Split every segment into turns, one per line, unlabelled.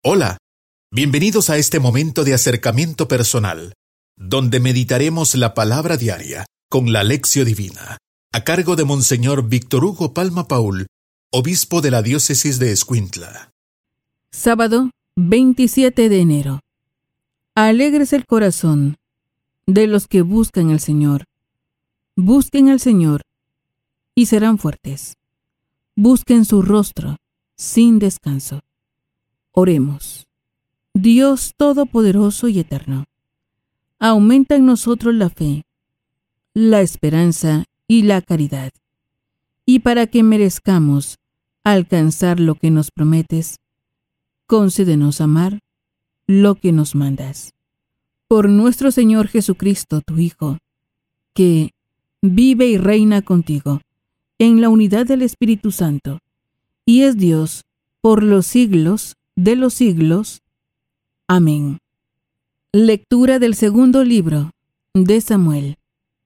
Hola, bienvenidos a este momento de acercamiento personal, donde meditaremos la palabra diaria con la Lección Divina, a cargo de Monseñor Víctor Hugo Palma Paul, obispo de la diócesis de Escuintla.
Sábado 27 de enero. Alegre es el corazón de los que buscan al Señor. Busquen al Señor y serán fuertes. Busquen su rostro sin descanso. Oremos. Dios Todopoderoso y Eterno, aumenta en nosotros la fe, la esperanza y la caridad. Y para que merezcamos alcanzar lo que nos prometes, concédenos amar lo que nos mandas. Por nuestro Señor Jesucristo, tu Hijo, que vive y reina contigo en la unidad del Espíritu Santo, y es Dios por los siglos de los siglos. Amén. Lectura del segundo libro de Samuel.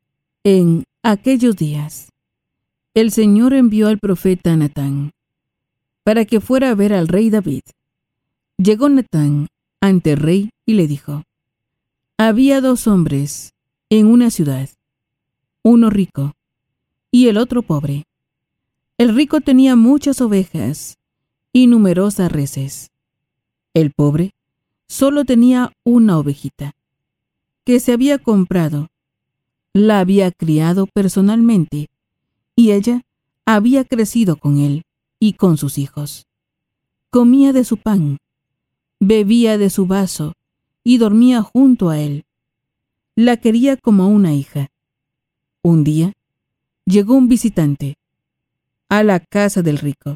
En aquellos días, el Señor envió al profeta Natán para que fuera a ver al rey David. Llegó Natán ante el rey y le dijo: había dos hombres en una ciudad, uno rico y el otro pobre. El rico tenía muchas ovejas y numerosas reses. El pobre solo tenía una ovejita, que se había comprado. La había criado personalmente, y ella había crecido con él y con sus hijos. Comía de su pan, bebía de su vaso y dormía junto a él. La quería como una hija. Un día llegó un visitante a la casa del rico,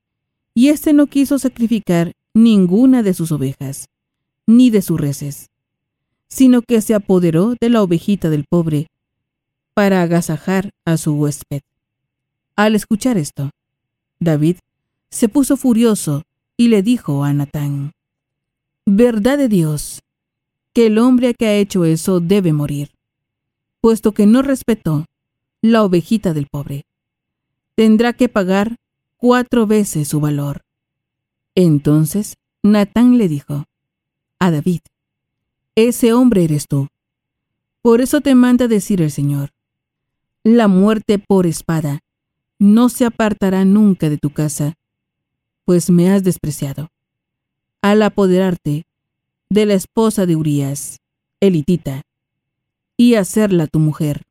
y éste no quiso sacrificar ninguna de sus ovejas, ni de sus reses, sino que se apoderó de la ovejita del pobre para agasajar a su huésped. Al escuchar esto, David se puso furioso y le dijo a Natán: verdad de Dios, que el hombre que ha hecho eso debe morir, puesto que no respetó la ovejita del pobre. Tendrá que pagar 4 veces su valor. Entonces Natán le dijo a David: ese hombre eres tú. Por eso te manda decir el Señor: la muerte por espada no se apartará nunca de tu casa, pues me has despreciado al apoderarte de la esposa de Urías, elitita, y hacerla tu mujer.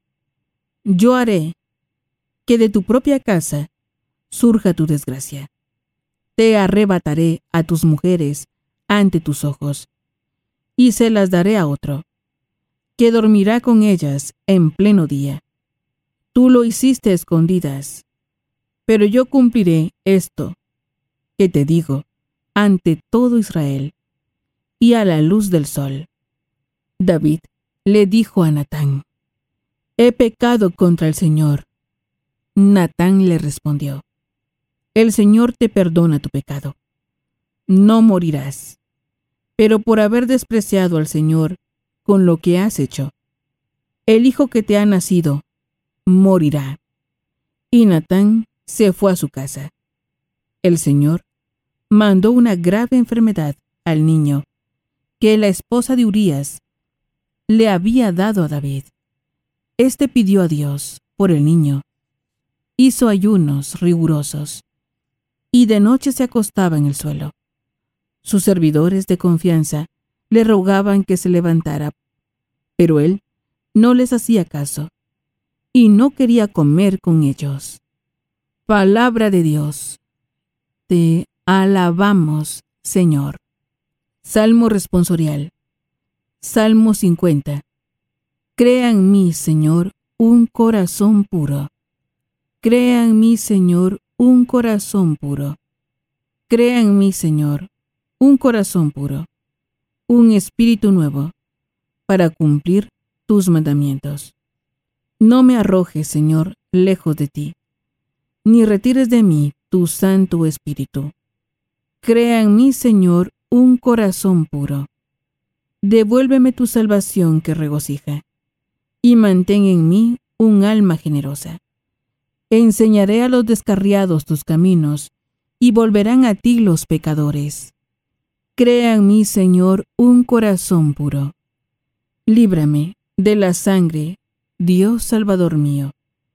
Yo haré que de tu propia casa surja tu desgracia. Te arrebataré a tus mujeres ante tus ojos, y se las daré a otro, que dormirá con ellas en pleno día. Tú lo hiciste a escondidas, pero yo cumpliré esto que te digo ante todo Israel y a la luz del sol. David le dijo a Natán: he pecado contra el Señor. Natán le respondió: el Señor te perdona tu pecado. No morirás, pero por haber despreciado al Señor con lo que has hecho, el hijo que te ha nacido morirá. Y Natán se fue a su casa. El Señor mandó una grave enfermedad al niño que la esposa de Urías le había dado a David. Este pidió a Dios por el niño, hizo ayunos rigurosos y de noche se acostaba en el suelo. Sus servidores de confianza le rogaban que se levantara, pero él no les hacía caso y no quería comer con ellos. Palabra de Dios. Te alabamos, Señor. Salmo responsorial. Salmo 50. Crea en mí, Señor, un corazón puro. Crea en mí, Señor, un corazón puro. Crea en mí, Señor, un corazón puro, un espíritu nuevo, para cumplir tus mandamientos. No me arrojes, Señor, lejos de ti, ni retires de mí tu Santo Espíritu. Crea en mí, Señor, un corazón puro. Devuélveme tu salvación que regocija, y mantén en mí un alma generosa. Enseñaré a los descarriados tus caminos, y volverán a ti los pecadores. Crea en mí, Señor, un corazón puro. Líbrame de la sangre, Dios Salvador mío,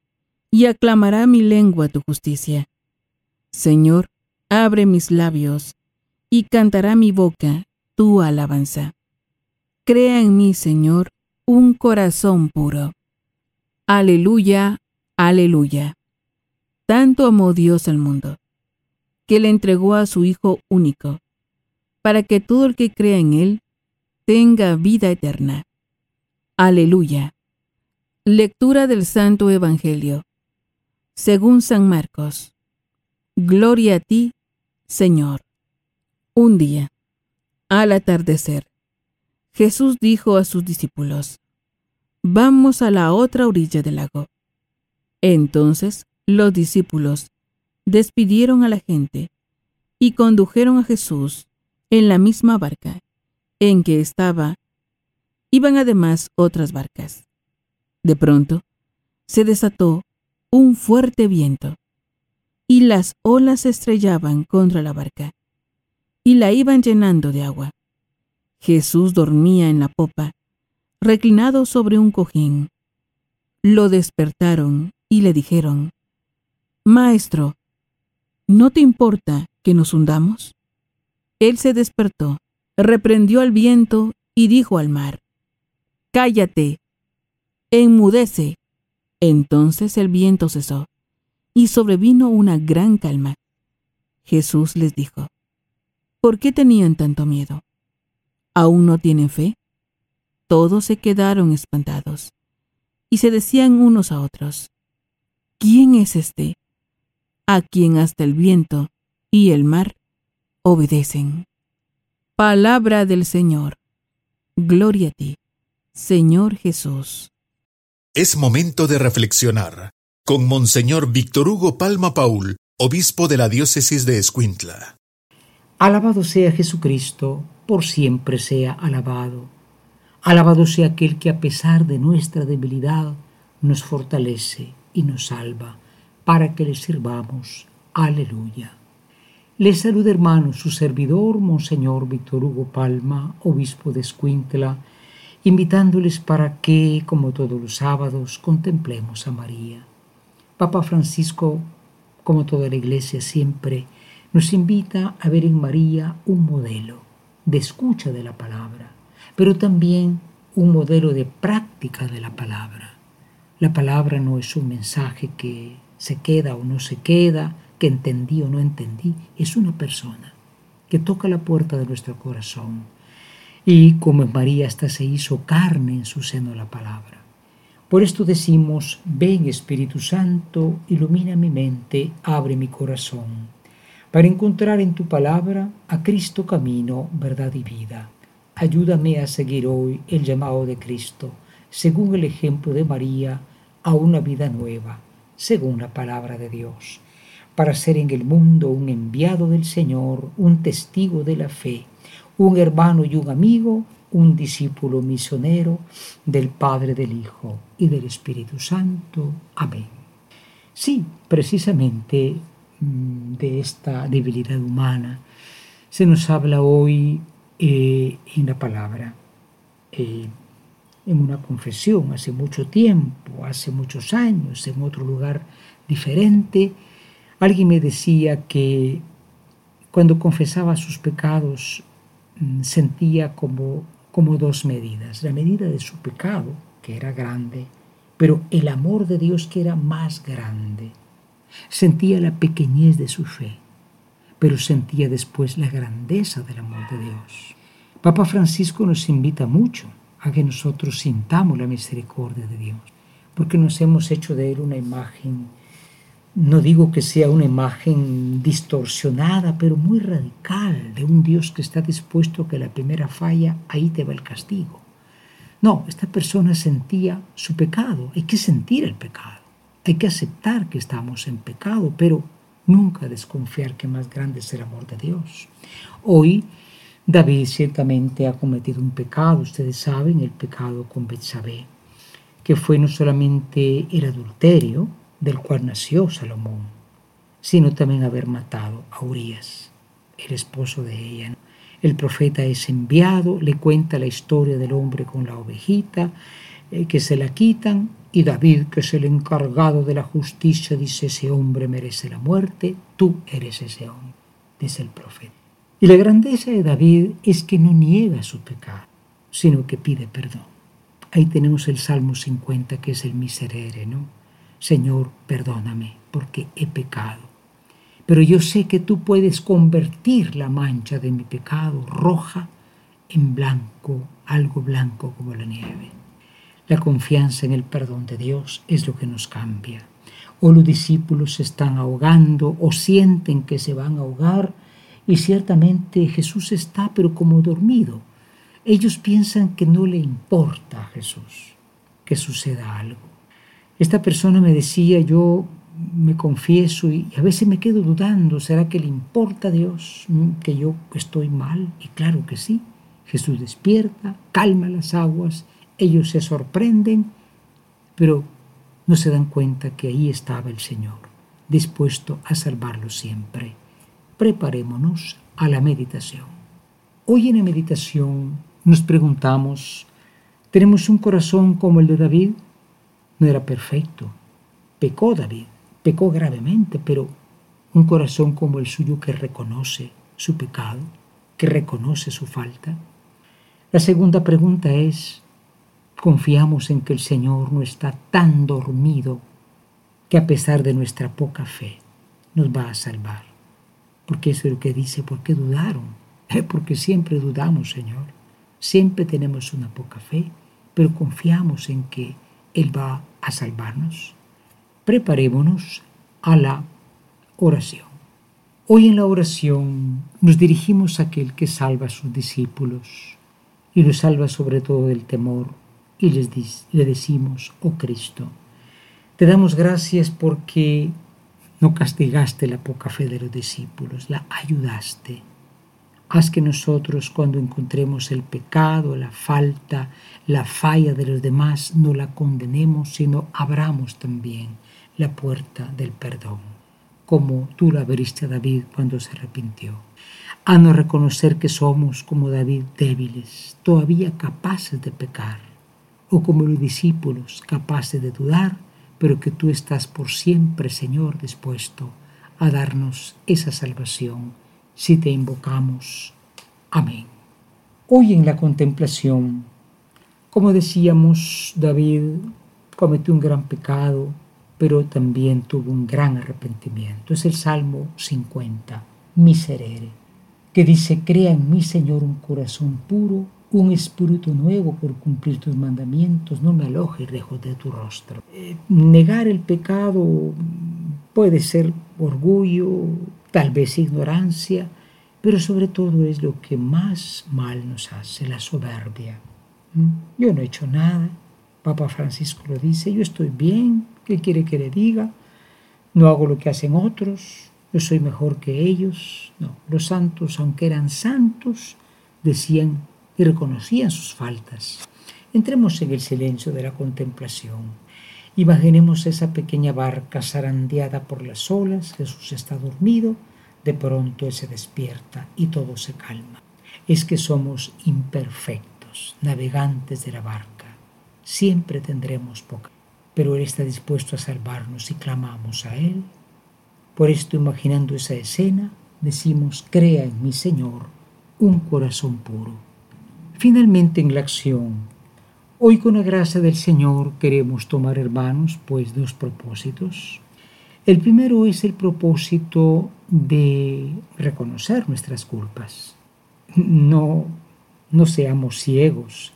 y aclamará mi lengua tu justicia. Señor, abre mis labios, y cantará mi boca tu alabanza. Crea en mí, Señor, un corazón puro. Aleluya, aleluya. Tanto amó Dios al mundo, que le entregó a su Hijo único, para que todo el que crea en Él tenga vida eterna. Aleluya. Lectura del Santo Evangelio, según San Marcos. Gloria a ti, Señor. Un día, al atardecer, Jesús dijo a sus discípulos: Vamos a la otra orilla del lago. Entonces los discípulos despidieron a la gente y condujeron a Jesús en la misma barca en que estaba. Iban además otras barcas. De pronto se desató un fuerte viento, y las olas se estrellaban contra la barca, y la iban llenando de agua. Jesús dormía en la popa, reclinado sobre un cojín. Lo despertaron y le dijeron: Maestro, ¿no te importa que nos hundamos? Él se despertó, reprendió al viento y dijo al mar: Cállate, enmudece. Entonces el viento cesó, y sobrevino una gran calma. Jesús les dijo: ¿Por qué tenían tanto miedo? ¿Aún no tienen fe? Todos se quedaron espantados, y se decían unos a otros: ¿Quién es este, a quien hasta el viento y el mar obedecen? Palabra del Señor. Gloria a ti, Señor Jesús.
Es momento de reflexionar con Monseñor Víctor Hugo Palma Paul, obispo de la diócesis de Escuintla.
Alabado sea Jesucristo, por siempre sea alabado. Alabado sea aquel que a pesar de nuestra debilidad nos fortalece y nos salva, para que le sirvamos. Aleluya. Les saluda, hermano, su servidor, Monseñor Víctor Hugo Palma, obispo de Escuintla, invitándoles para que, como todos los sábados, contemplemos a María. Papa Francisco, como toda la Iglesia siempre, nos invita a ver en María un modelo de escucha de la palabra, pero también un modelo de práctica de la palabra. La palabra no es un mensaje que se queda o no se queda, que entendí o no entendí, es una persona que toca la puerta de nuestro corazón. Y como en María hasta se hizo carne en su seno la palabra. Por esto decimos: ven Espíritu Santo, ilumina mi mente, abre mi corazón, para encontrar en tu palabra a Cristo camino, verdad y vida. Ayúdame a seguir hoy el llamado de Cristo, según el ejemplo de María, a una vida nueva, según la palabra de Dios, para ser en el mundo un enviado del Señor, un testigo de la fe, un hermano y un amigo, un discípulo misionero del Padre, del Hijo y del Espíritu Santo. Amén. Sí, precisamente de esta debilidad humana se nos habla hoy en la palabra, en una confesión hace mucho tiempo, hace muchos años, en otro lugar diferente. Alguien me decía que cuando confesaba sus pecados sentía como dos medidas: la medida de su pecado, que era grande, pero el amor de Dios, que era más grande. Sentía la pequeñez de su fe, pero sentía después la grandeza del amor de Dios. Papa Francisco nos invita mucho a que nosotros sintamos la misericordia de Dios, porque nos hemos hecho de Él una imagen. No digo que sea una imagen distorsionada, pero muy radical, de un Dios que está dispuesto a que la primera falla, ahí te va el castigo. No, esta persona sentía su pecado. Hay que sentir el pecado. Hay que aceptar que estamos en pecado, pero nunca desconfiar que más grande es el amor de Dios. Hoy, David ciertamente ha cometido un pecado. Ustedes saben, el pecado con Betsabé, que fue no solamente el adulterio, del cual nació Salomón, sino también haber matado a Urías, el esposo de ella. El profeta es enviado, le cuenta la historia del hombre con la ovejita, que se la quitan, y David, que es el encargado de la justicia, dice: ese hombre merece la muerte, tú eres ese hombre, dice el profeta. Y la grandeza de David es que no niega su pecado, sino que pide perdón. Ahí tenemos el Salmo 50, que es el miserere, ¿no? Señor, perdóname, porque he pecado. Pero yo sé que tú puedes convertir la mancha de mi pecado roja en blanco, algo blanco como la nieve. La confianza en el perdón de Dios es lo que nos cambia. O los discípulos se están ahogando o sienten que se van a ahogar, y ciertamente Jesús está, pero como dormido. Ellos piensan que no le importa a Jesús que suceda algo. Esta persona me decía: yo me confieso y a veces me quedo dudando, ¿será que le importa a Dios que yo estoy mal? Y claro que sí. Jesús despierta, calma las aguas, ellos se sorprenden, pero no se dan cuenta que ahí estaba el Señor, dispuesto a salvarlos siempre. Preparémonos a la meditación. Hoy en la meditación nos preguntamos: ¿tenemos un corazón como el de David? No era perfecto. Pecó David, pecó gravemente, pero un corazón como el suyo que reconoce su pecado, que reconoce su falta. La segunda pregunta es: ¿confiamos en que el Señor no está tan dormido que a pesar de nuestra poca fe nos va a salvar? Porque eso es lo que dice: ¿por qué dudaron? Porque siempre dudamos, Señor. Siempre tenemos una poca fe, pero confiamos en que Él va a salvarnos. Preparémonos a la oración. Hoy en la oración nos dirigimos a aquel que salva a sus discípulos y los salva sobre todo del temor, y le decimos: oh Cristo, te damos gracias porque no castigaste la poca fe de los discípulos, la ayudaste. Haz que nosotros, cuando encontremos el pecado, la falta, la falla de los demás, no la condenemos, sino abramos también la puerta del perdón, como tú la abriste a David cuando se arrepintió. Haznos reconocer que somos, como David, débiles, todavía capaces de pecar, o como los discípulos, capaces de dudar, pero que tú estás por siempre, Señor, dispuesto a darnos esa salvación si te invocamos. Amén. Hoy en la contemplación, como decíamos, David cometió un gran pecado, pero también tuvo un gran arrepentimiento. Es el Salmo 50, miserere, que dice: crea en mí, Señor, un corazón puro, un espíritu nuevo por cumplir tus mandamientos, no me alojes lejos de tu rostro. Negar el pecado puede ser orgullo, tal vez ignorancia, pero sobre todo es lo que más mal nos hace, la soberbia. Yo no he hecho nada. Papa Francisco lo dice: yo estoy bien, ¿qué quiere que le diga? No hago lo que hacen otros, yo soy mejor que ellos. No, los santos, aunque eran santos, decían y reconocían sus faltas. Entremos en el silencio de la contemplación. Imaginemos esa pequeña barca zarandeada por las olas. Jesús está dormido, de pronto Él se despierta y todo se calma. Es que somos imperfectos, navegantes de la barca. Siempre tendremos poca, pero Él está dispuesto a salvarnos si clamamos a Él. Por esto, imaginando esa escena, decimos: crea en mi Señor un corazón puro. Finalmente, en la acción, hoy con la gracia del Señor queremos tomar, hermanos, pues dos propósitos. El primero es el propósito de reconocer nuestras culpas. No seamos ciegos.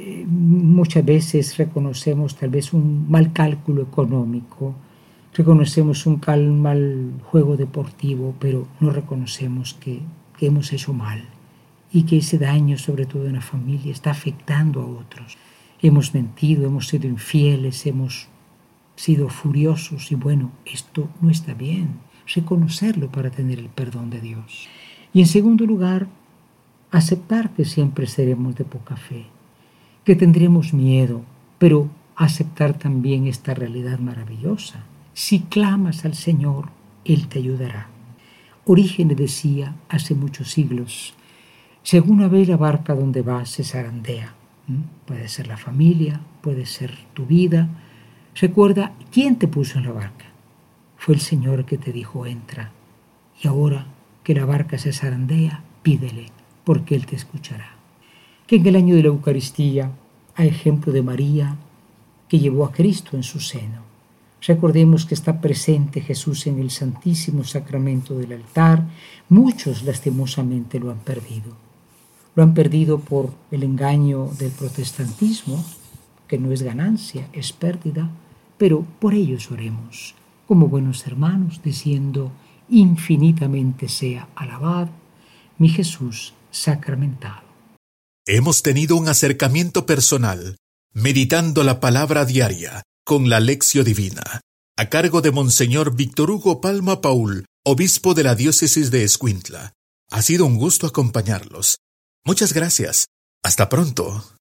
Muchas veces reconocemos tal vez un mal cálculo económico, reconocemos un mal juego deportivo, pero no reconocemos que hemos hecho mal y que ese daño, sobre todo en la familia, está afectando a otros. Hemos mentido, hemos sido infieles, hemos sido furiosos y bueno, esto no está bien. Reconocerlo para tener el perdón de Dios. Y en segundo lugar, aceptar que siempre seremos de poca fe, que tendremos miedo, pero aceptar también esta realidad maravillosa. Si clamas al Señor, Él te ayudará. Orígenes decía hace muchos siglos: Si alguna vez la barca donde vas se zarandea, puede ser la familia, puede ser tu vida, recuerda quién te puso en la barca. Fue el Señor que te dijo entra. Y ahora que la barca se zarandea, pídele, porque Él te escuchará. Que en el año de la Eucaristía, a ejemplo de María, que llevó a Cristo en su seno, recordemos que está presente Jesús en el Santísimo Sacramento del altar. Muchos lastimosamente lo han perdido. Lo han perdido por el engaño del protestantismo, que no es ganancia, es pérdida, pero por ellos oremos, como buenos hermanos, diciendo: infinitamente sea alabado mi Jesús sacramentado.
Hemos tenido un acercamiento personal, meditando la palabra diaria con la Lección Divina, a cargo de Monseñor Víctor Hugo Palma Paul, obispo de la diócesis de Escuintla. Ha sido un gusto acompañarlos. Muchas gracias. Hasta pronto.